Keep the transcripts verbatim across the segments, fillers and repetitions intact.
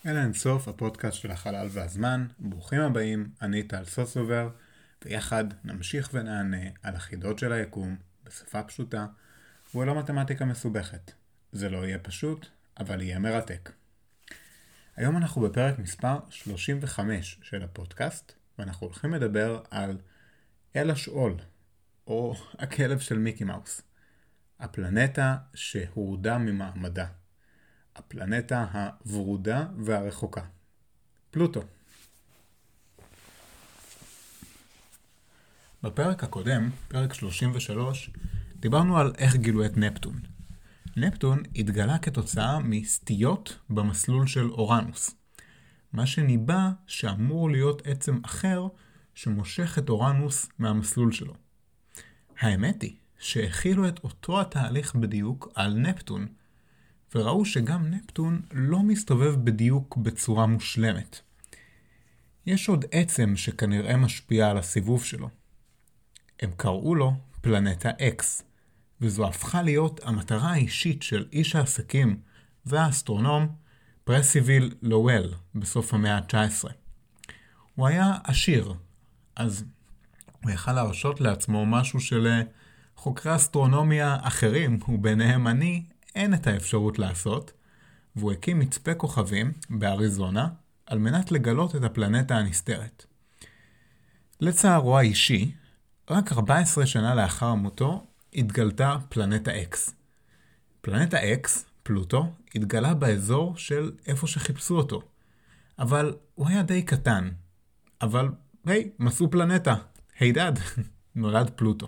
אלה אינסוף, הפודקאסט של החלל והזמן. ברוכים הבאים, אני טל סוסובר, ויחד נמשיך ונענה על החידות של היקום בשפה פשוטה ולא מתמטיקה מסובכת. זה לא יהיה פשוט, אבל יהיה מרתק. היום אנחנו בפרק מספר שלושים וחמש של הפודקאסט, ואנחנו הולכים לדבר על אל השאול, או הכלב של מיקי מאוס. הפלנטה שהורדה ממעמדה. הפלנטה הוורודה והרחוקה. פלוטו. בפרק הקודם, פרק שלושים ושלוש, דיברנו על איך גילו את נפטון. נפטון התגלה כתוצאה מסטיות במסלול של אורנוס. מה שניבא שאמור להיות עצם אחר שמושך את אורנוס מהמסלול שלו. האמת היא שהכילו את אותו התהליך בדיוק על נפטון, וראו שגם נפטון לא מסתובב בדיוק בצורה מושלמת. יש עוד עצם שכנראה משפיע על הסיבוב שלו. הם קראו לו פלנטה X, וזו הפכה להיות המטרה האישית של איש העסקים והאסטרונום פרסיביל לואל בסוף המאה ה-תשע עשרה. הוא היה עשיר, אז הוא יכל להרשות לעצמו משהו שלחוקרי אסטרונומיה אחרים, וביניהם אני, אין את האפשרות לעשות, והוא הקים מצפה כוכבים באריזונה על מנת לגלות את הפלנטה הנסתרת. לצערו האישי, רק ארבע עשרה שנה לאחר מותו התגלתה פלנטה X. פלנטה X, פלוטו, התגלה באזור של איפה שחיפשו אותו, אבל הוא היה די קטן. אבל היי, מצאו פלנטה, הידד, נולד פלוטו.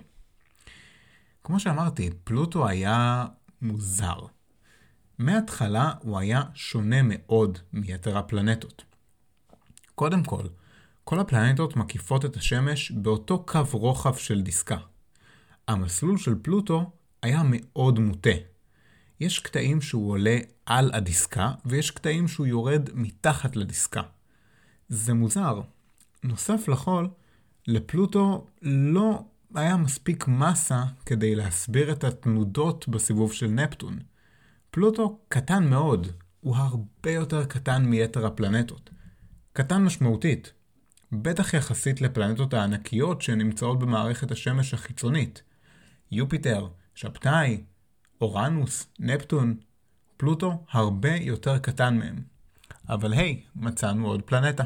כמו שאמרתי, פלוטו היה מוזר. מההתחלה הוא היה שונה מאוד מיתר הפלנטות. קודם כל, כל הפלנטות מקיפות את השמש באותו קו רוחב של דיסקה. המסלול של פלוטו היה מאוד מוטה. יש קטעים שהוא עולה על הדיסקה, ויש קטעים שהוא יורד מתחת לדיסקה. זה מוזר. נוסף לכל, לפלוטו לא היה מספיק מסה כדי להסביר את התנודות בסיבוב של נפטון. פלוטו קטן מאוד, הוא הרבה יותר קטן מיתר הפלנטות. קטן משמעותית, בטח יחסית לפלנטות הענקיות שנמצאות במערכת השמש החיצונית. יופיטר, שבתאי, אורנוס, נפטון, פלוטו הרבה יותר קטן מהם. אבל היי, מצאנו עוד פלנטה.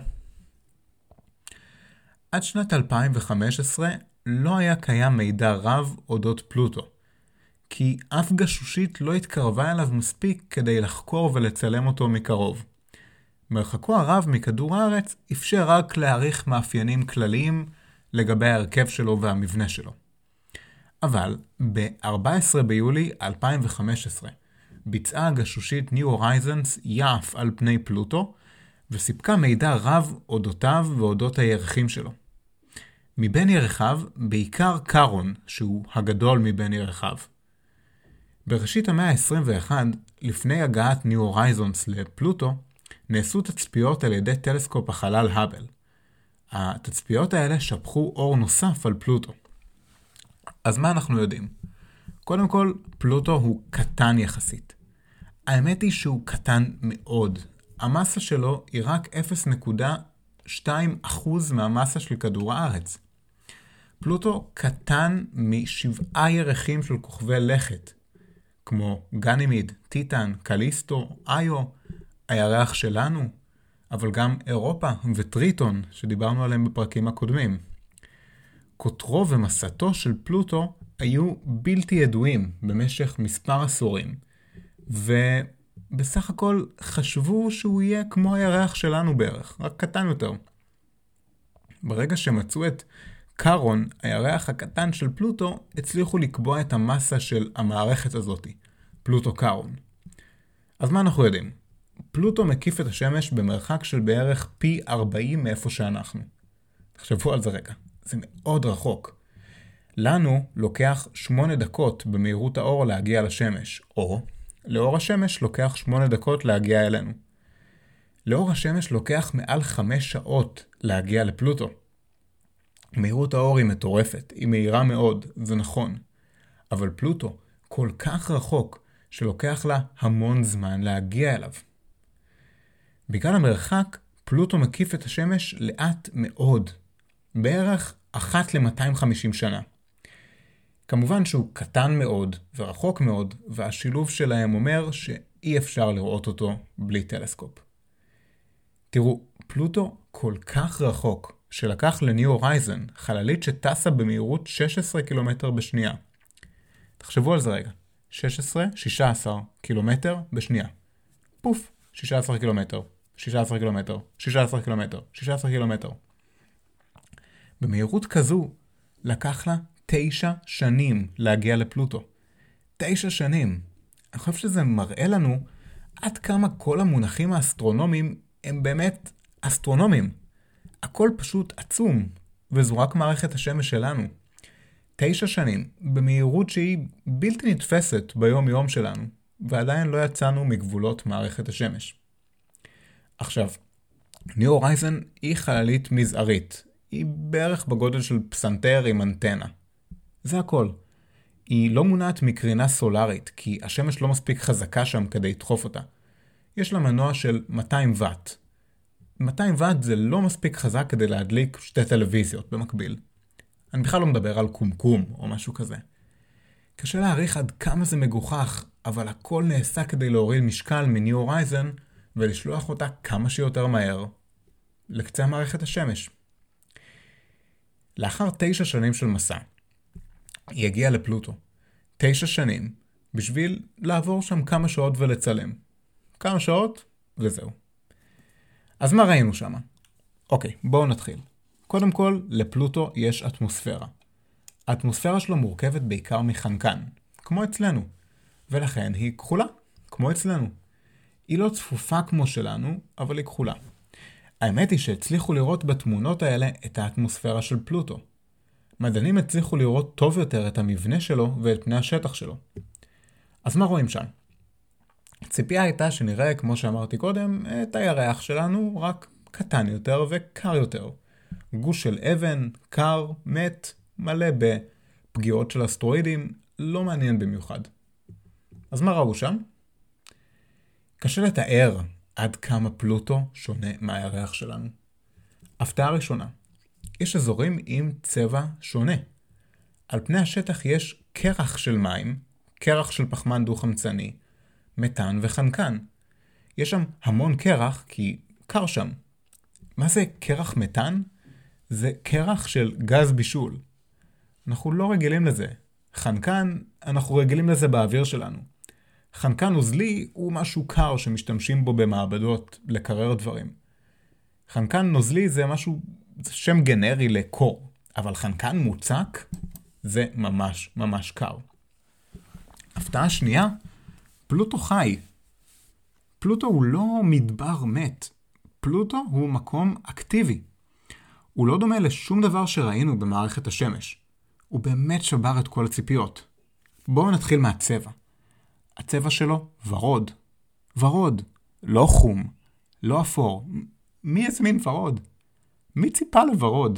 עד שנת אלפיים וחמש עשרה לא היה קיים מידע רב אודות פלוטו, כי אף גשושית לא התקרבה אליו מספיק כדי לחקור ולצלם אותו מקרוב. מרחקו הרב מכדור הארץ אפשר רק להעריך מאפיינים כלליים לגבי ההרכב שלו והמבנה שלו. אבל ב-ארבעה עשר ביולי אלפיים וחמש עשרה ביצעה הגשושית ניו הורייזנס יעף על פני פלוטו, וסיפקה מידע רב אודותיו ואודות הירחים שלו. מבין ירחיו, בעיקר קארון, שהוא הגדול מבין ירחיו. בראשית המאה ה-עשרים ואחת, לפני הגעת ניו הורייזנס לפלוטו, נעשו תצפיות על ידי טלסקופ החלל האבל. התצפיות האלה שפכו אור נוסף על פלוטו. אז מה אנחנו יודעים? קודם כל, פלוטו הוא קטן יחסית. האמת היא שהוא קטן מאוד. המסה שלו היא רק אפס נקודה שתיים אחוז מהמסה של כדור הארץ. פלוטו קטן משבעה ירחים של כוכבי לכת, כמו גנימיד, טיטן, קליסטו, איו, הירח שלנו, אבל גם אירופה וטריטון שדיברנו עליהם בפרקים הקודמים. קוטרו ומסתו של פלוטו היו בלתי ידועים במשך מספר עשורים, ובסך הכל חשבו שהוא יהיה כמו הירח שלנו בערך, רק קטן יותר. ברגע שמצאו את קארון, הירח הקטן של פלוטו, הצליחו לקבוע את המסה של המערכת הזאת, פלוטו קארון. אז מה אנחנו יודעים? פלוטו מקיף את השמש במרחק של בערך פי ארבעים מאיפה שאנחנו. תחשבו על זה רגע, זה מאוד רחוק. לנו לוקח שמונה דקות במהירות האור להגיע לשמש, או לאור השמש לוקח שמונה דקות להגיע אלינו. לאור השמש לוקח מעל חמש שעות להגיע לפלוטו. מהירות האור היא מטורפת, היא מהירה מאוד, זה נכון. אבל פלוטו כל כך רחוק שלוקח לה המון זמן להגיע אליו. בגלל המרחק, פלוטו מקיף את השמש לאט מאוד, בערך אחת ל-מאתיים וחמישים שנה. כמובן שהוא קטן מאוד ורחוק מאוד, והשילוב שלהם אומר שאי אפשר לראות אותו בלי טלסקופ. תראו, פלוטו כל כך רחוק, שלקח לניו הורייזן חללית שטסה במהירות שש עשרה קילומטר בשנייה. תחשבו על זה רגע. שש עשרה, שישה עשר קילומטר בשנייה. פוף, שישה עשר קילומטר, שישה עשר קילומטר, שישה עשר קילומטר, שישה עשר קילומטר. במהירות כזו לקח לה תשע שנים להגיע לפלוטו. תשע שנים. אני חושב שזה מראה לנו עד כמה כל המונחים האסטרונומיים הם באמת אסטרונומיים. הכל פשוט עצום, וזו רק מערכת השמש שלנו. תשע שנים, במהירות שהיא בלתי נתפסת ביום יום שלנו, ועדיין לא יצאנו מגבולות מערכת השמש. עכשיו, ניו הורייזן היא חללית מזערית. היא בערך בגודל של פסנתר עם אנטנה. זה הכל. היא לא מונעת מקרינה סולרית, כי השמש לא מספיק חזקה שם כדי לדחוף אותה. יש לה מנוע של מאתיים וואט. מאתיים וואט זה לא מספיק חזק כדי להדליק שתי טלוויזיות במקביל. אני בכלל לא מדבר על קומקום או משהו כזה. קשה להעריך עד כמה זה מגוחך, אבל הכל נעשה כדי להוריד משקל מניו הורייזן ולשלוח אותה כמה שיותר מהר לקצה מערכת השמש. לאחר תשע שנים של מסע, היא הגיעה לפלוטו. תשע שנים בשביל לעבור שם כמה שעות ולצלם. כמה שעות וזהו. אז מה ראינו שם? אוקיי, בואו נתחיל. קודם כל, לפלוטו יש אטמוספירה. האטמוספירה שלו מורכבת בעיקר מחנקן, כמו אצלנו, ולכן היא כחולה, כמו אצלנו. היא לא צפופה כמו שלנו, אבל היא כחולה. האמת היא שהצליחו לראות בתמונות האלה את האטמוספירה של פלוטו. מדענים הצליחו לראות טוב יותר את המבנה שלו ואת פני השטח שלו. אז מה רואים שם? הציפייה הייתה שנראה, כמו שאמרתי קודם, את הירח שלנו, רק קטן יותר וקר יותר. גוש של אבן, קר, מת, מלא בפגיעות של אסטרואידים, לא מעניין במיוחד. אז מה ראו שם? קשה לתאר עד כמה פלוטו שונה מהירח שלנו. הפתעה ראשונה, יש אזורים עם צבע שונה. על פני השטח יש קרח של מים, קרח של פחמן דו-חמצני, מתאן וחנקן. יש שם המון קרח כי קר שם. מה זה קרח מתאן? זה קרח של גז בישול. אנחנו לא רגילים לזה. חנקן, אנחנו רגילים לזה באוויר שלנו. חנקן נוזלי הוא משהו קר שמשתמשים בו במעבדות לקרר דברים. חנקן נוזלי זה משהו, זה שם גנרי לקור, אבל חנקן מוצק זה ממש ממש קר. הפתעה שנייה, פלוטו חי. פלוטו הוא לא מדבר מת. פלוטו הוא מקום אקטיבי. הוא לא דומה לשום דבר שראינו במערכת השמש. הוא באמת שבר את כל הציפיות. בואו נתחיל מהצבע. הצבע שלו ורוד. ורוד. לא חום. לא אפור. מי הזמין ורוד? מי ציפה לוורוד?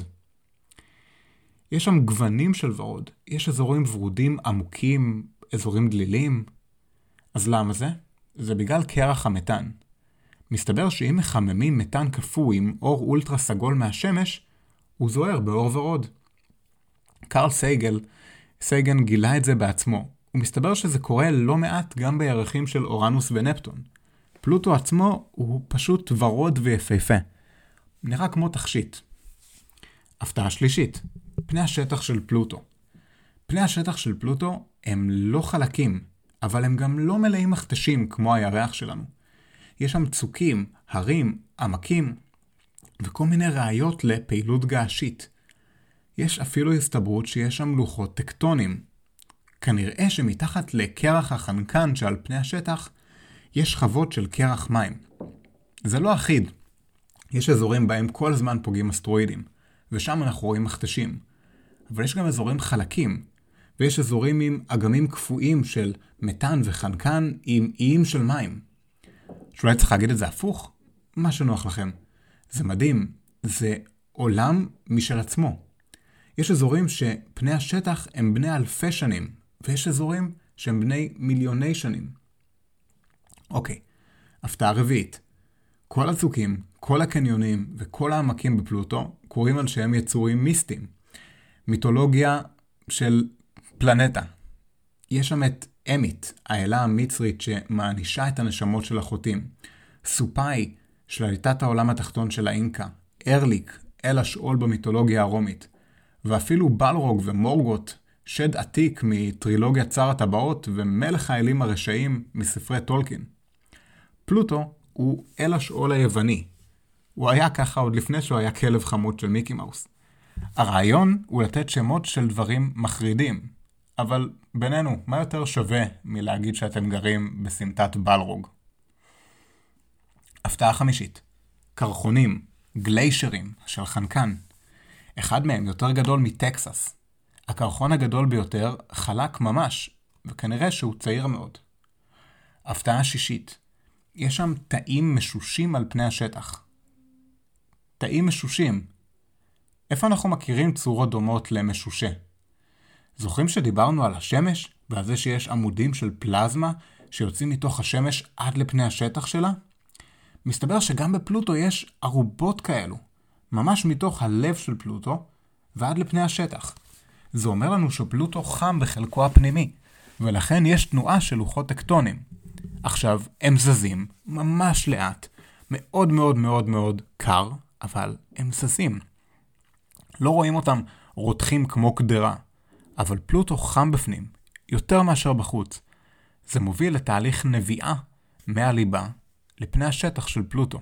יש שם גוונים של ורוד. יש אזורים ורודים עמוקים, אזורים דלילים. אז למה זה? זה בגלל קרח המתאן. מסתבר שאם מחממים מתאן קפוא עם אור אולטרה סגול מהשמש, הוא זוהר באור ורוד. קרל סייגל, סייגן גילה את זה בעצמו. ומסתבר שזה קורה לא מעט גם בירחים של אורנוס ונפטון. פלוטו עצמו הוא פשוט ורוד ויפהפה. נראה כמו תכשיט. הפתעה שלישית, פני השטח של פלוטו. פני השטח של פלוטו הם לא חלקים, אבל הם גם לא מלאים מכתשים כמו הירח שלנו. יש שם צוקים, הרים, עמקים, וכל מיני ראיות לפעילות געשית. יש אפילו הסתברות שיש שם לוחות טקטונים. כנראה שמתחת לקרח החנקן שעל פני השטח, יש שכבות של קרח מים. זה לא אחיד. יש אזורים בהם כל הזמן פוגעים אסטרואידים, ושם אנחנו רואים מכתשים. אבל יש גם אזורים חלקים, ויש אזורים עם אגמים קפואים של מתאן וחנקן עם איים של מים. שאולי צריך להגיד את זה הפוך? מה שנוח לכם. זה מדהים. זה עולם משל עצמו. יש אזורים שפני השטח הם בני אלפי שנים, ויש אזורים שהם בני מיליוני שנים. אוקיי, הפתעה רביעית. כל הצוקים, כל הקניונים וכל העמקים בפלוטו קוראים על שהם יצורים מיסטיים. מיתולוגיה של פלנטה. יש שם את אמית, האלה המצרית שמענישה את הנשמות של החוטים. סופאי, שליטת העולם התחתון של האינקה. ארליק, אל השאול במיתולוגיה הרומית. ואפילו בלרוג ומורגות, שד עתיק מטרילוגיה צר הטבעות ומלך האלים הרשעים מספרי טולקין. פלוטו הוא אל השאול היווני. הוא היה ככה עוד לפני שהוא היה כלב חמוד של מיקי מאוס. הרעיון הוא לתת שמות של דברים מחרידים. אבל בינינו, מה יותר שווה מלהגיד שאתם גרים בסמטת בלרוג? הפתעה חמישית. קרחונים, גליישרים של חנקן. אחד מהם יותר גדול מטקסס. הקרחון הגדול ביותר חלק ממש, וכנראה שהוא צעיר מאוד. הפתעה שישית. יש שם תאים משושים על פני השטח. תאים משושים. איפה אנחנו מכירים צורות דומות למשושה? זוכרים שדיברנו על השמש ועל זה שיש עמודים של פלזמה שיוצאים מתוך השמש עד לפני השטח שלה? מסתבר שגם בפלוטו יש ערובות כאלו, ממש מתוך הלב של פלוטו ועד לפני השטח. זה אומר לנו שפלוטו חם בחלקו הפנימי, ולכן יש תנועה של לוחות טקטונים. עכשיו, הם זזים ממש לאט, מאוד מאוד מאוד מאוד קר, אבל הם זזים. לא רואים אותם רותחים כמו קדרה, אבל פלוטו חם בפנים, יותר מאשר בחוץ. זה מוביל לתהליך נביעה מהליבה לפני השטח של פלוטו.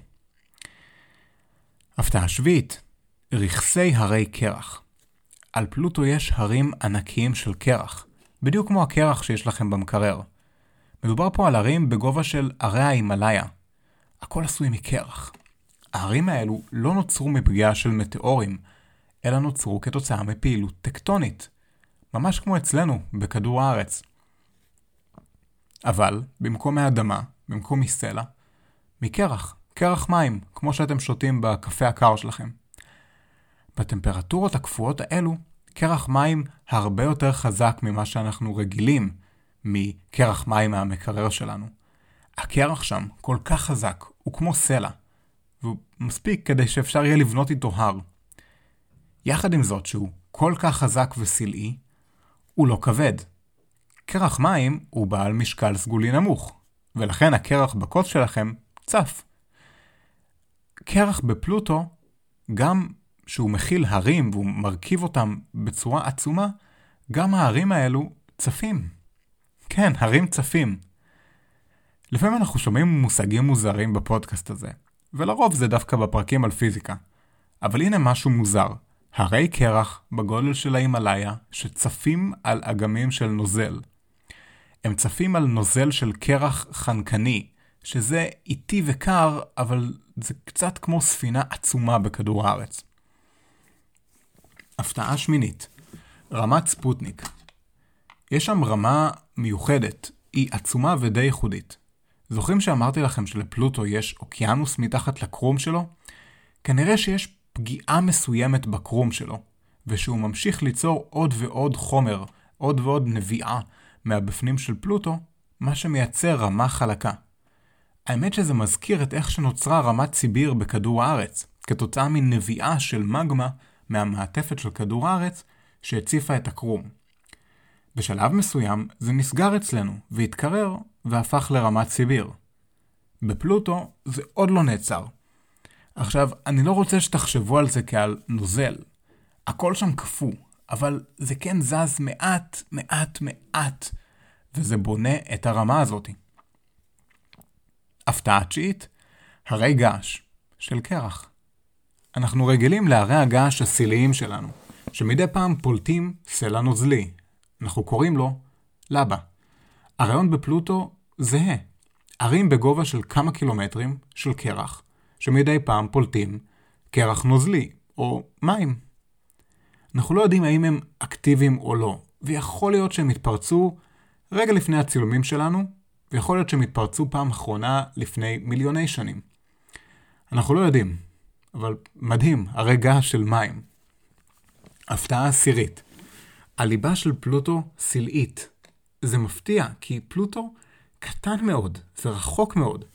הפתעה שביעית, רכסי הרי קרח. על פלוטו יש הרים ענקיים של קרח, בדיוק כמו הקרח שיש לכם במקרר. מדובר פה על הרים בגובה של הרי ההימלאיה. הכל עשוי מקרח. ההרים האלו לא נוצרו מפגיעה של מטאורים, אלא נוצרו כתוצאה מפעילות טקטונית. ממש כמו אצלנו, בכדור הארץ. אבל, במקום מהאדמה, במקום מסלע, מקרח, קרח מים, כמו שאתם שותים בקפה הקר שלכם. בטמפרטורות הקפואות האלו, קרח מים הרבה יותר חזק ממה שאנחנו רגילים מקרח מים מהמקרר שלנו. הקרח שם כל כך חזק, הוא כמו סלע, והוא מספיק כדי שאפשר יהיה לבנות איתו הר. יחד עם זאת שהוא כל כך חזק וסלעי, הוא לא כבד. קרח מים הוא בעל משקל סגולי נמוך, ולכן הקרח בקוץ שלכם צף. קרח בפלוטו, גם שהוא מכיל הרים והוא מרכיב אותם בצורה עצומה, גם ההרים האלו צפים. כן, הרים צפים. לפעמים אנחנו שומעים מושגים מוזרים בפודקאסט הזה, ולרוב זה דווקא בפרקים על פיזיקה. אבל הנה משהו מוזר. הרי קרח בגודל של ההימלאיה שצפים על אגמים של נוזל. הם צפים על נוזל של קרח חנקני, שזה איטי וקר, אבל זה קצת כמו ספינה עצומה בכדור הארץ. הפתעה שמינית, רמת ספוטניק. יש שם רמה מיוחדת, היא עצומה ודי ייחודית. זוכרים שאמרתי לכם שלפלוטו יש אוקיינוס מתחת לקרום שלו? כנראה שיש פגיעה מסוימת בקרום שלו, ושהוא ממשיך ליצור עוד ועוד חומר, עוד ועוד נביעה מהבפנים של פלוטו, מה שמייצר רמה חלקה. האמת שזה מזכיר את איך שנוצרה רמת סיביר בכדור הארץ, כתוצאה מנביעה של מגמה מהמעטפת של כדור הארץ שהציפה את הקרום. בשלב מסוים זה נסגר אצלנו והתקרר והפך לרמת סיביר. בפלוטו זה עוד לא נעצר. עכשיו, אני לא רוצה שתחשבו על זה כעל נוזל. הכל שם קפוא, אבל זה כן זז מעט, מעט, מעט, וזה בונה את הרמה הזאת. הפתעה תשיעית, הרי געש של קרח. אנחנו רגילים להרי הגעש הסיליים שלנו, שמדי פעם פולטים סלע נוזלי. אנחנו קוראים לו לבה. הרעיון בפלוטו זהה. ערים בגובה של כמה קילומטרים של קרח, שמדי פעם פולטים קרח נוזלי או מים. אנחנו לא יודעים האם הם אקטיביים או לא, ויכול להיות שהם התפרצו רגע לפני הצילומים שלנו, ויכול להיות שהם התפרצו פעם אחרונה לפני מיליוני שנים. אנחנו לא יודעים, אבל מדהים, הרגע של מים. הפתעה עשירית. הליבה של פלוטו סלעית. זה מפתיע, כי פלוטו קטן מאוד ורחוק מאוד,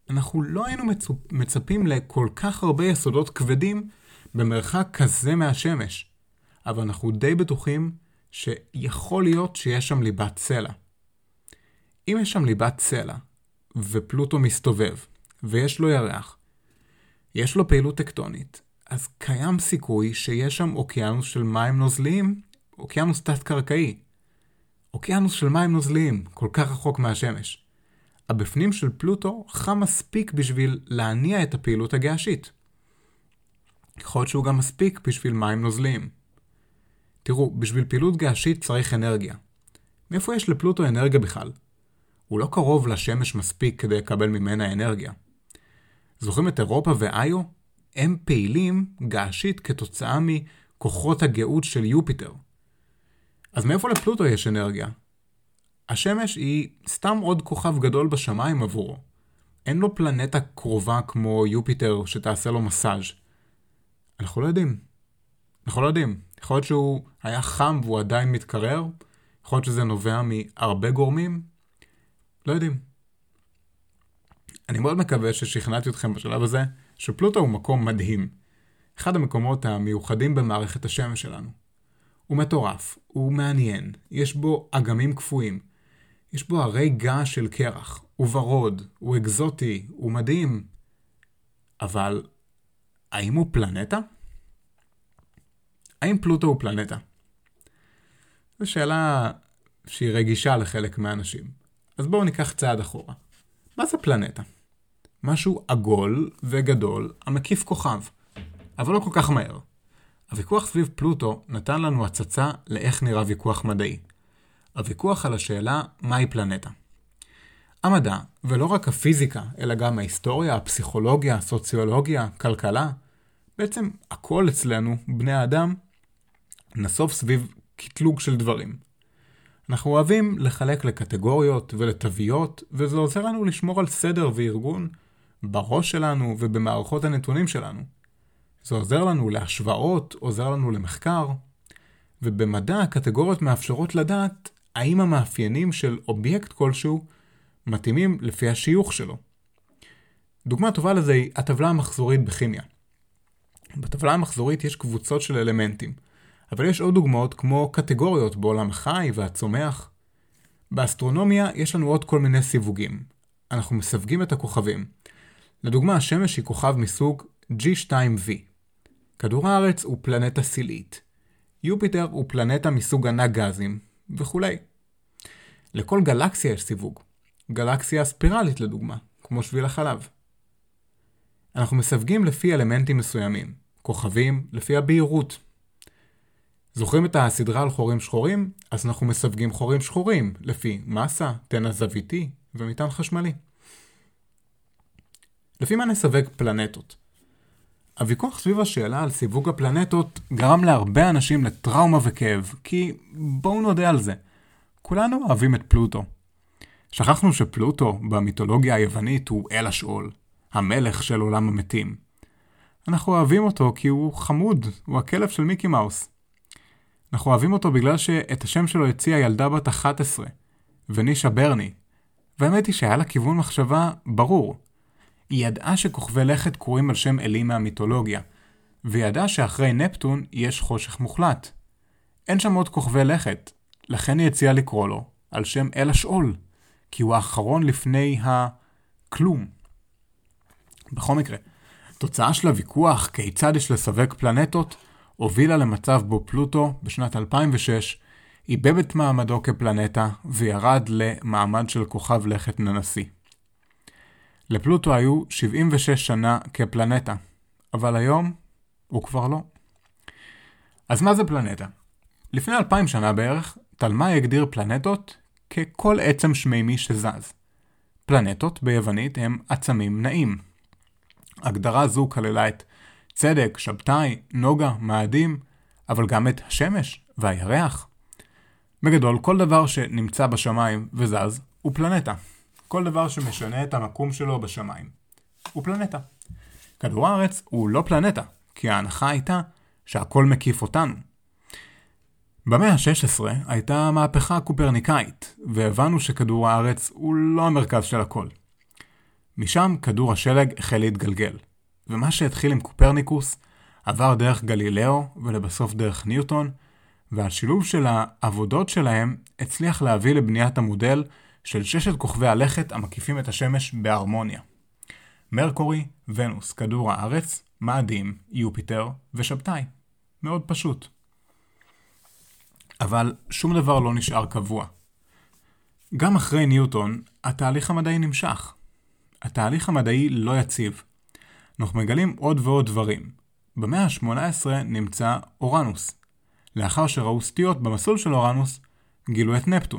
אנחנו לא היינו מצופ... מצפים לכל כך הרבה יסודות כבדים במרחק כזה מהשמש, אבל אנחנו די בטוחים שיכול להיות שיש שם ליבת סלע. אם יש שם ליבת סלע, ופלוטו מסתובב, ויש לו ירח, יש לו פעילות טקטונית, אז קיים סיכוי שיש שם אוקיינוס של מים נוזליים, אוקיינוס תת-קרקעי. אוקיינוס של מים נוזליים, כל כך רחוק מהשמש. הבפנים של פלוטו חם מספיק בשביל להניע את הפעילות הגעשית. יכול להיות שהוא גם מספיק בשביל מים נוזליים. תראו, בשביל פעילות געשית צריך אנרגיה. מאיפה יש לפלוטו אנרגיה בכלל? הוא לא קרוב לשמש מספיק כדי לקבל ממנה אנרגיה. זוכרים את אירופה ואיו? הם פעילים געשית כתוצאה מכוחות הגאות של יופיטר. אז מאיפה לפלוטו יש אנרגיה? השמש היא סתם עוד כוכב גדול בשמיים עבורו. אין לו פלנטה קרובה כמו יופיטר שתעשה לו מסאז'. אנחנו לא יודעים. אנחנו לא יודעים. יכול להיות שהוא היה חם והוא עדיין מתקרר. יכול להיות שזה נובע מהרבה גורמים. לא יודעים. אני מאוד מקווה ששכנעתי אתכם בשלב הזה שפלוטו הוא מקום מדהים. אחד המקומות המיוחדים במערכת השמש שלנו. הוא מטורף, הוא מעניין, יש בו אגמים קפואים, יש בו הרי געש של קרח, הוא ורוד, הוא אקזוטי, הוא מדהים. אבל האם הוא פלנטה? האם פלוטו הוא פלנטה? זו שאלה שהיא רגישה לחלק מהאנשים. אז בואו ניקח צעד אחורה. מה זה פלנטה? משהו עגול וגדול המקיף כוכב, אבל לא כל כך מהר. הוויכוח סביב פלוטו נתן לנו הצצה לאיך נראה ויכוח מדעי. הוויכוח על השאלה מהי פלנטה. המדע, ולא רק הפיזיקה, אלא גם ההיסטוריה, הפסיכולוגיה, הסוציולוגיה, כלכלה, בעצם הכל אצלנו, בני האדם, נסוף סביב קטלוג של דברים. אנחנו אוהבים לחלק לקטגוריות ולתוויות, וזה עוזר לנו לשמור על סדר וארגון בראש שלנו ובמערכות הנתונים שלנו. זה עוזר לנו להשוואות, עוזר לנו למחקר, ובמדע הקטגוריות מאפשרות לדעת האם המאפיינים של אובייקט כלשהו מתאימים לפי השיוך שלו. דוגמה טובה לזה היא הטבלה המחזורית בכימיה. בטבלה המחזורית יש קבוצות של אלמנטים, אבל יש עוד דוגמאות כמו קטגוריות בעולם החי והצומח. באסטרונומיה יש לנו עוד כל מיני סיווגים. אנחנו מסווגים את הכוכבים. לדוגמה, השמש היא כוכב מסוג ג'י טו וי. כדור הארץ הוא פלנטה סילית. יופיטר הוא פלנטה מסוג ענק גזים, וכו'. לכל גלקסיה יש סיווג. גלקסיה ספירלית לדוגמה, כמו שביל החלב. אנחנו מסווגים לפי אלמנטים מסוימים, כוכבים לפי הבהירות. זוכרים את הסדרה על חורים שחורים? אז אנחנו מסווגים חורים שחורים לפי מסה, תנע זוויתי ומטען חשמלי. לפי מה נסווג פלנטות? הוויכוח סביב השאלה על סיווג הפלנטות גרם להרבה אנשים לטראומה וכאב, כי בואו נודה על זה. כולנו אוהבים את פלוטו. שכחנו שפלוטו במיתולוגיה היוונית הוא אל השאול, המלך של עולם המתים. אנחנו אוהבים אותו כי הוא חמוד, הוא הכלב של מיקי מאוס. אנחנו אוהבים אותו בגלל שאת השם שלו הציעה ילדה בת אחת עשרה, ונישה ברני. והאמת היא שהיה לה כיוון מחשבה ברור. היא ידעה שכוכבי לכת קוראים על שם אלים מהמיתולוגיה, וידעה שאחרי נפטון יש חושך מוחלט. אין שם עוד כוכבי לכת, לכן היא הציעה לקרוא לו על שם אל השאול, כי הוא האחרון לפני הכלום. בכל מקרה, תוצאה של הוויכוח כיצד יש לסווג פלנטות, הובילה למצב בו פלוטו בשנת אלפיים ושש איבד את מעמדו כפלנטה וירד למעמד של כוכב לכת ננסי. לפלוטו היו שבעים ושש שנה כפלנטה, אבל היום הוא כבר לא. אז מה זה פלנטה? לפני אלפיים שנה בערך, תלמי הגדיר פלנטות ככל עצם שמימי שזז. פלנטות ביוונית הם עצמים נעים. הגדרה זו כללה את צדק, שבתאי, נוגה, מאדים, אבל גם את השמש והירח. בגדול, כל דבר שנמצא בשמיים וזז הוא פלנטה. כל דבר שמשנה את המקום שלו בשמיים הוא פלנטה. כדור הארץ הוא לא פלנטה, כי ההנחה הייתה שהכל מקיף אותנו. במאה ה-שש עשרה הייתה מהפכה קופרניקאית, והבנו שכדור הארץ הוא לא המרכז של הכל. משם כדור השלג החל להתגלגל, ומה שהתחיל עם קופרניקוס עבר דרך גלילאו ולבסוף דרך ניוטון, והשילוב של העבודות שלהם הצליח להביא לבניית המודל של ששת כוכבי הלכת המקיפים את השמש בהרמוניה. מרקורי, ונוס, כדור הארץ, מאדים, יופיטר ושבתאי. מאוד פשוט. אבל שום דבר לא נשאר קבוע. גם אחרי ניוטון, התהליך המדעי נמשך. התהליך המדעי לא יציב. אנחנו מגלים עוד ועוד דברים. במאה ה-שמונה עשרה נמצא אורנוס. לאחר שראו סטיות במסלול של אורנוס, גילו את נפטון.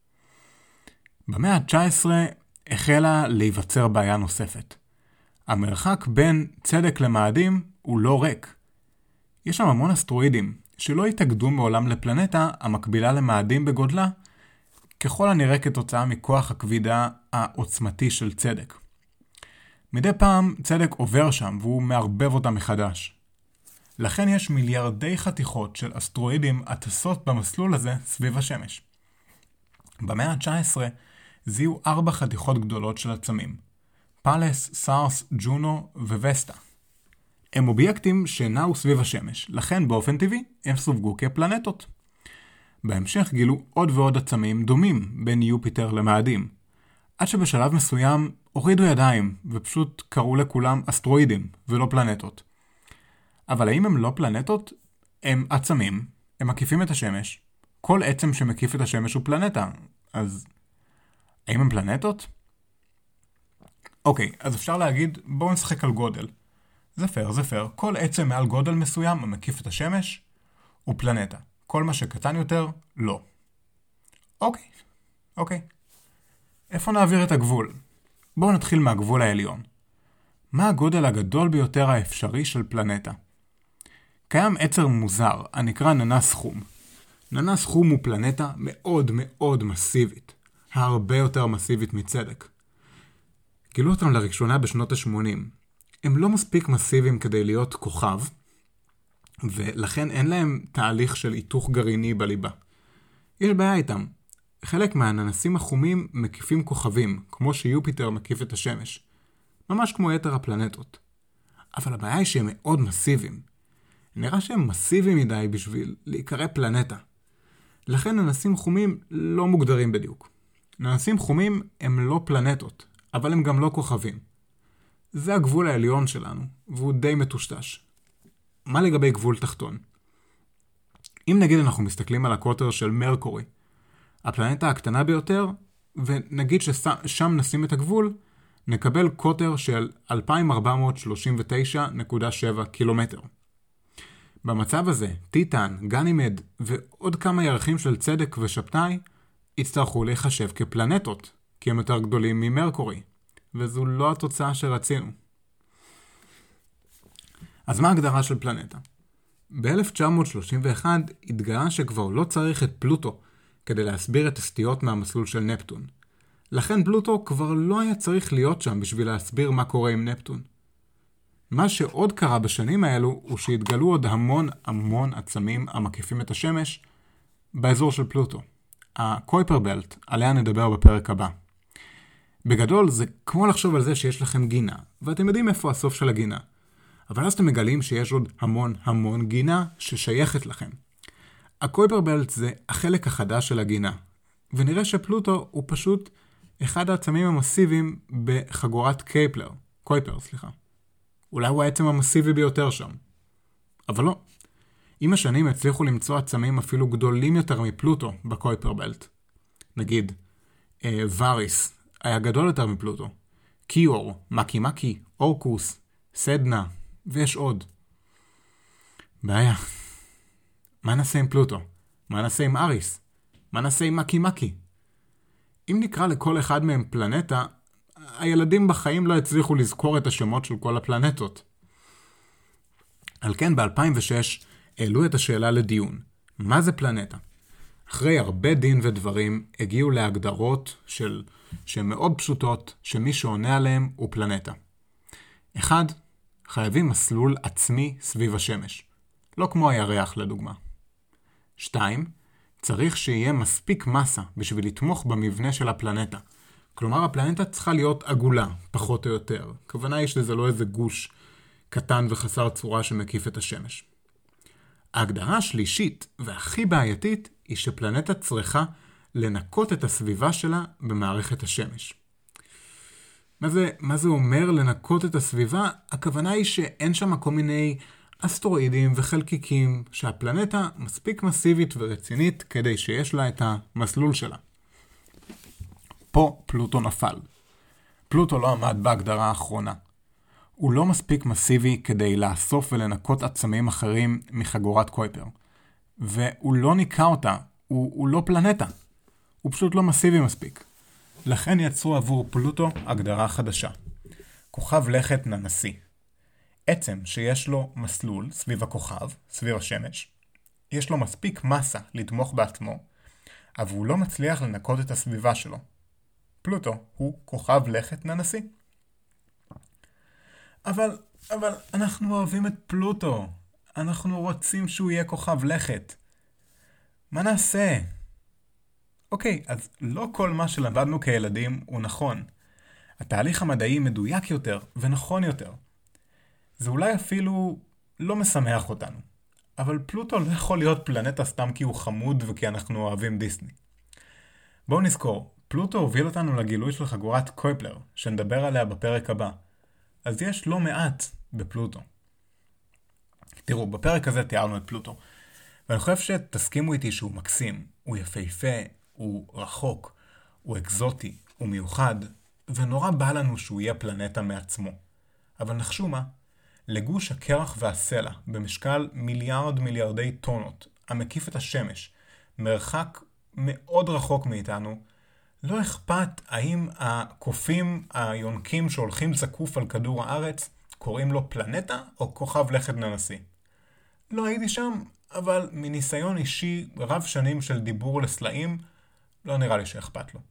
במאה ה-תשע עשרה החלה להיווצר בעיה נוספת. המרחק בין צדק למאדים הוא לא ריק. יש שם המון אסטרואידים שלא התאגדו מעולם לפלנטה המקבילה למאדים בגודלה, ככל הנראה כתוצאה מכוח הכבידה העוצמתי של צדק. מדי פעם צדק עובר שם והוא מערבב אותם מחדש. לכן יש מיליארדי חתיכות של אסטרואידים הטסות במסלול הזה סביב השמש. במאה ה-תשע עשרה זיהו ארבע חתיכות גדולות של עצמים. פאלס, סארס, ג'ונו ווסטה. הם אובייקטים שנעו סביב השמש, לכן באופן טבעי הם סווגו כפלנטות. בהמשך גילו עוד ועוד עצמים דומים בין יופיטר למאדים, עד שבשלב מסוים הורידו ידיים ופשוט קראו לכולם אסטרואידים ולא פלנטות. אבל האם הם לא פלנטות? הם עצמים, הם מקיפים את השמש. כל עצם שמקיף את השמש הוא פלנטה, אז האם הם פלנטות? אוקיי, אז אפשר להגיד, בואו נשחק על גודל. זה פייר, זה פייר. כל עצם מעל גודל מסוים המקיף את השמש הוא פלנטה. כל מה שקטן יותר, לא. אוקיי, אוקיי. איפה נעביר את הגבול? בואו נתחיל מהגבול העליון. מה הגודל הגדול ביותר האפשרי של פלנטה? קיים עצר מוזר, הנקרא ננס חום. ננס חום הוא פלנטה מאוד מאוד מסיבית. הרבה יותר מסיבית מצדק. גילו אותם לראשונה בשנות ה-שמונים. הם לא מספיק מסיביים כדי להיות כוכב, ולכן אין להם תהליך של היתוך גרעיני בליבה. יש בעיה איתם. חלק מהננסים החומים מקיפים כוכבים, כמו שיופיטר מקיף את השמש. ממש כמו יתר הפלנטות. אבל הבעיה היא שהם מאוד מסיביים. נראה שהם מסיביים מדי בשביל להיקרא פלנטה. לכן ננסים חומים לא מוגדרים בדיוק. ננסים חומים הם לא פלנטות, אבל הם גם לא כוכבים. זה הגבול העליון שלנו, והוא די מטושטש. מה לגבי גבול תחתון? אם נגיד אנחנו מסתכלים על הקוטר של מרקורי, הפלנטה הקטנה ביותר, ונגיד ששם נשים את הגבול, נקבל קוטר של אלפיים ארבע מאות שלושים ותשע נקודה שבע קילומטר. במצב הזה, טיטן, גנימד ועוד כמה ירחים של צדק ושבתאי יצטרכו להיחשב כפלנטות, כי הם יותר גדולים ממרקורי, וזו לא התוצאה שרצינו. אז מה ההגדרה של פלנטה? ב-אלף תשע מאות שלושים ואחת התגלה שכבר לא צריך את פלוטו כדי להסביר את הסטיות מהמסלול של נפטון. לכן פלוטו כבר לא היה צריך להיות שם בשביל להסביר מה קורה עם נפטון. מה שעוד קרה בשנים האלו הוא שהתגלו עוד המון המון עצמים המקיפים את השמש באזור של פלוטו. הקויפר בלט, עליה נדבר בפרק הבא. בגדול זה כמו לחשוב על זה שיש לכם גינה, ואתם יודעים איפה הסוף של הגינה. אבל אז אתם מגלים שיש עוד המון המון גינה ששייכת לכם. הקויפר בלט זה החלק החדש של הגינה, ונראה שפלוטו הוא פשוט אחד העצמים המסיביים בחגורת קייפלר, קויפר, סליחה. אולי הוא העצם המסיבי ביותר שם. אבל לא. עם השנים הצליחו למצוא עצמים אפילו גדולים יותר מפלוטו בקויפר בלט. נגיד, אה, וריס היה גדול יותר מפלוטו. קיור, מקי מקי, אורקוס, סדנה, ויש עוד. בעיה. מה נעשה עם פלוטו? מה נעשה עם אריס? מה נעשה עם מקי מקי? אם נקרא לכל אחד מהם פלנטה, הילדים בחיים לא הצליחו לזכור את השמות של כל הפלנטות. על כן ב-אלפיים ושש העלו את השאלה לדיון. מה זה פלנטה? אחרי הרבה דין ודברים הגיעו להגדרות של, שהן מאוד פשוטות שמי שעונה עליהם הוא פלנטה. אחד, חייבים מסלול עצמי סביב השמש. לא כמו הירח לדוגמה. שתיים, צריך שיהיה מספיק מסה בשביל לתמוך במבנה של הפלנטה. כלומר, הפלנטה צריכה להיות עגולה, פחות או יותר. הכוונה היא שזה לא איזה גוש קטן וחסר צורה שמקיף את השמש. ההגדרה השלישית והכי בעייתית היא שפלנטה צריכה לנקות את הסביבה שלה במערכת השמש. מה זה, מה זה אומר לנקות את הסביבה? הכוונה היא שאין שם כל מיני אסטרואידים וחלקיקים, שהפלנטה מספיק מסיבית ורצינית כדי שיש לה את המסלול שלה. פה פלוטו נפל. פלוטו לא עמד בהגדרה האחרונה. הוא לא מספיק מסיבי כדי לאסוף ולנקות עצמים אחרים מחגורת קויפר. והוא לא ניקה אותה, הוא, הוא לא פלנטה. הוא פשוט לא מסיבי מספיק. לכן יצרו עבור פלוטו הגדרה חדשה. כוכב לכת ננסי. עצם שיש לו מסלול סביב הכוכב, סביב השמש, יש לו מספיק מסה לתמוך בעצמו, אבל הוא לא מצליח לנקות את הסביבה שלו. פלוטו הוא כוכב לכת ננסי. אבל, אבל אנחנו אוהבים את פלוטו. אנחנו רוצים שהוא יהיה כוכב לכת. מה נעשה? אוקיי, אז לא כל מה שלמדנו כילדים הוא נכון. התהליך המדעי מדויק יותר ונכון יותר. זה אולי אפילו לא משמח אותנו. אבל פלוטו לא יכול להיות פלנטה סתם כי הוא חמוד וכי אנחנו אוהבים דיסני. בואו נזכור, פלוטו הוביל אותנו לגילוי של חגורת קויפלר, שנדבר עליה בפרק הבא. אז יש לא מעט בפלוטו. תראו, בפרק הזה תיארנו את פלוטו. ואני חושב שתסכימו איתי שהוא מקסים, הוא יפהפה, הוא רחוק, הוא אקזוטי, הוא מיוחד, ונורא בא לנו שהוא יהיה פלנטה מעצמו. אבל נחשו מה? לגוש הקרח והסלע, במשקל מיליארד מיליארדי טונות, המקיף את השמש, מרחק מאוד רחוק מאיתנו, לא אכפת האם הקופים היונקים שהולכים זקוף על כדור הארץ קוראים לו פלנטה או כוכב לכת ננסי. לא הייתי שם, אבל מניסיון אישי רב שנים של דיבור לסלעים, לא נראה לי שאכפת לו.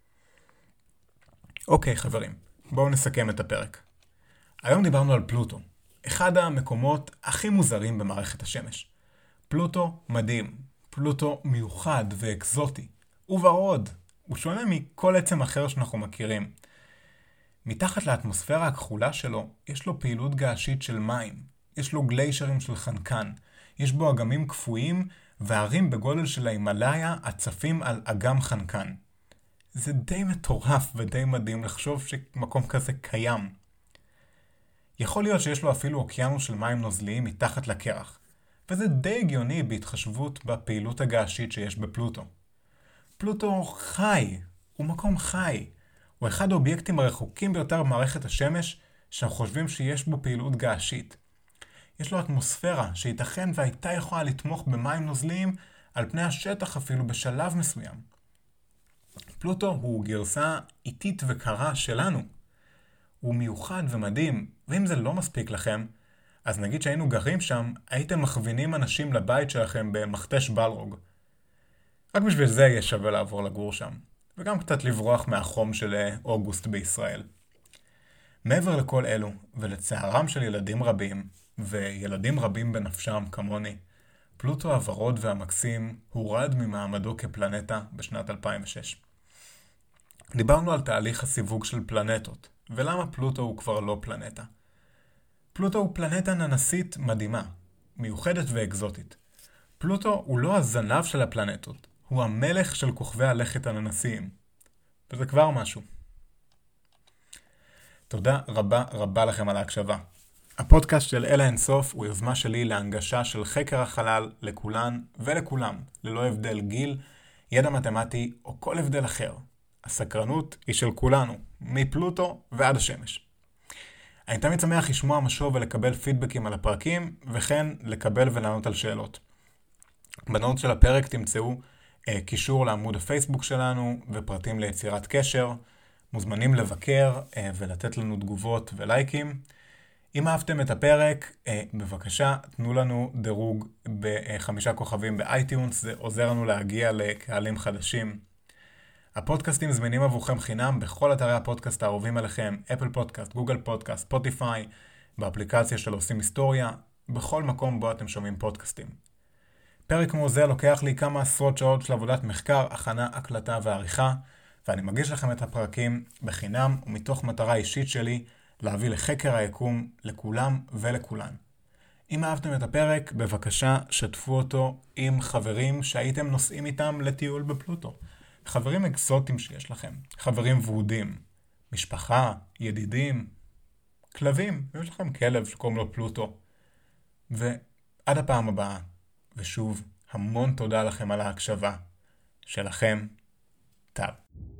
אוקיי חברים, בואו נסכם את הפרק. היום דיברנו על פלוטו, אחד המקומות הכי מוזרים במערכת השמש. פלוטו מדהים, פלוטו מיוחד ואקזוטי, וברוד, הוא שונה מכל עצם אחר שאנחנו מכירים. מתחת לאטמוספירה הכחולה שלו, יש לו פעילות געשית של מים, יש לו גליישרים של חנקן, יש בו אגמים קפואים והרים בגודל של ההימאליה הצפים על אגם חנקן. זה די מטורף ודי מדהים לחשוב שמקום כזה קיים. יכול להיות שיש לו אפילו אוקיינוס של מים נוזליים מתחת לקרח, וזה די הגיוני בהתחשבות בפעילות הגעשית שיש בפלוטו. פלוטו חי, הוא מקום חי. הוא אחד האובייקטים הרחוקים ביותר במערכת השמש שאנחנו חושבים שיש בו פעילות געשית. יש לו אטמוספירה שייתכן והייתה יכולה לתמוך במים נוזליים על פני השטח אפילו בשלב מסוים. פלוטו הוא גרסה איטית וקרה שלנו. הוא מיוחד ומדהים, ואם זה לא מספיק לכם, אז נגיד שהיינו גרים שם, הייתם מכווינים אנשים לבית שלכם במכתש בלרוג. רק בשביל זה יהיה שווה לעבור לגור שם, וגם קצת לברוח מהחום של אוגוסט בישראל. מעבר לכל אלו, ולצערם של ילדים רבים, וילדים רבים בנפשם כמוני, פלוטו הוורוד והמקסים הורד ממעמדו כפלנטה בשנת אלפיים ושש. דיברנו על תהליך הסיווג של פלנטות, ולמה פלוטו הוא כבר לא פלנטה. פלוטו הוא פלנטה ננסית מדהימה, מיוחדת ואקזוטית. פלוטו הוא לא הזנב של הפלנטות, הוא המלך של כוכבי הלכת הננסיים. וזה כבר משהו. תודה רבה רבה לכם על ההקשבה. הפודקאסט של אל האינסוף הוא יוזמה שלי להנגשה של חקר החלל לכולן ולכולם, ללא הבדל גיל, ידע מתמטי או כל הבדל אחר. הסקרנות היא של כולנו, מפלוטו ועד השמש. אני תמיד שמח לשמוע משוב ולקבל פידבקים על הפרקים, וכן לקבל ולענות על שאלות. בנוט של הפרק תמצאו אה, קישור לעמוד הפייסבוק שלנו ופרטים ליצירת קשר. מוזמנים לבקר אה, ולתת לנו תגובות ולייקים. אם אהבתם את הפרק, אה, בבקשה תנו לנו דירוג בחמישה כוכבים באייטיונס, זה עוזר לנו להגיע לקהלים חדשים. הפודקאסטים זמינים עבורכם חינם בכל אתרי הפודקאסט האהובים עליכם, אפל פודקאסט, גוגל פודקאסט, ספוטיפיי, באפליקציה של עושים היסטוריה, בכל מקום בו אתם שומעים פודקאסטים. פרק כמו זה לוקח לי כמה עשרות שעות של עבודת מחקר, הכנה, הקלטה ועריכה, ואני מגיש לכם את הפרקים בחינם ומתוך מטרה אישית שלי להביא לחקר היקום לכולם ולכולן. אם אהבתם את הפרק, בבקשה שתפו אותו עם חברים שהייתם נוסעים איתם לטיול בפלוטו. חברים אקסוטיים שיש לכם, חברים ורודים, משפחה, ידידים, כלבים, יש לכם כלב שקוראים לו פלוטו. ועד הפעם הבאה, ושוב, המון תודה לכם על ההקשבה. שלכם, טל.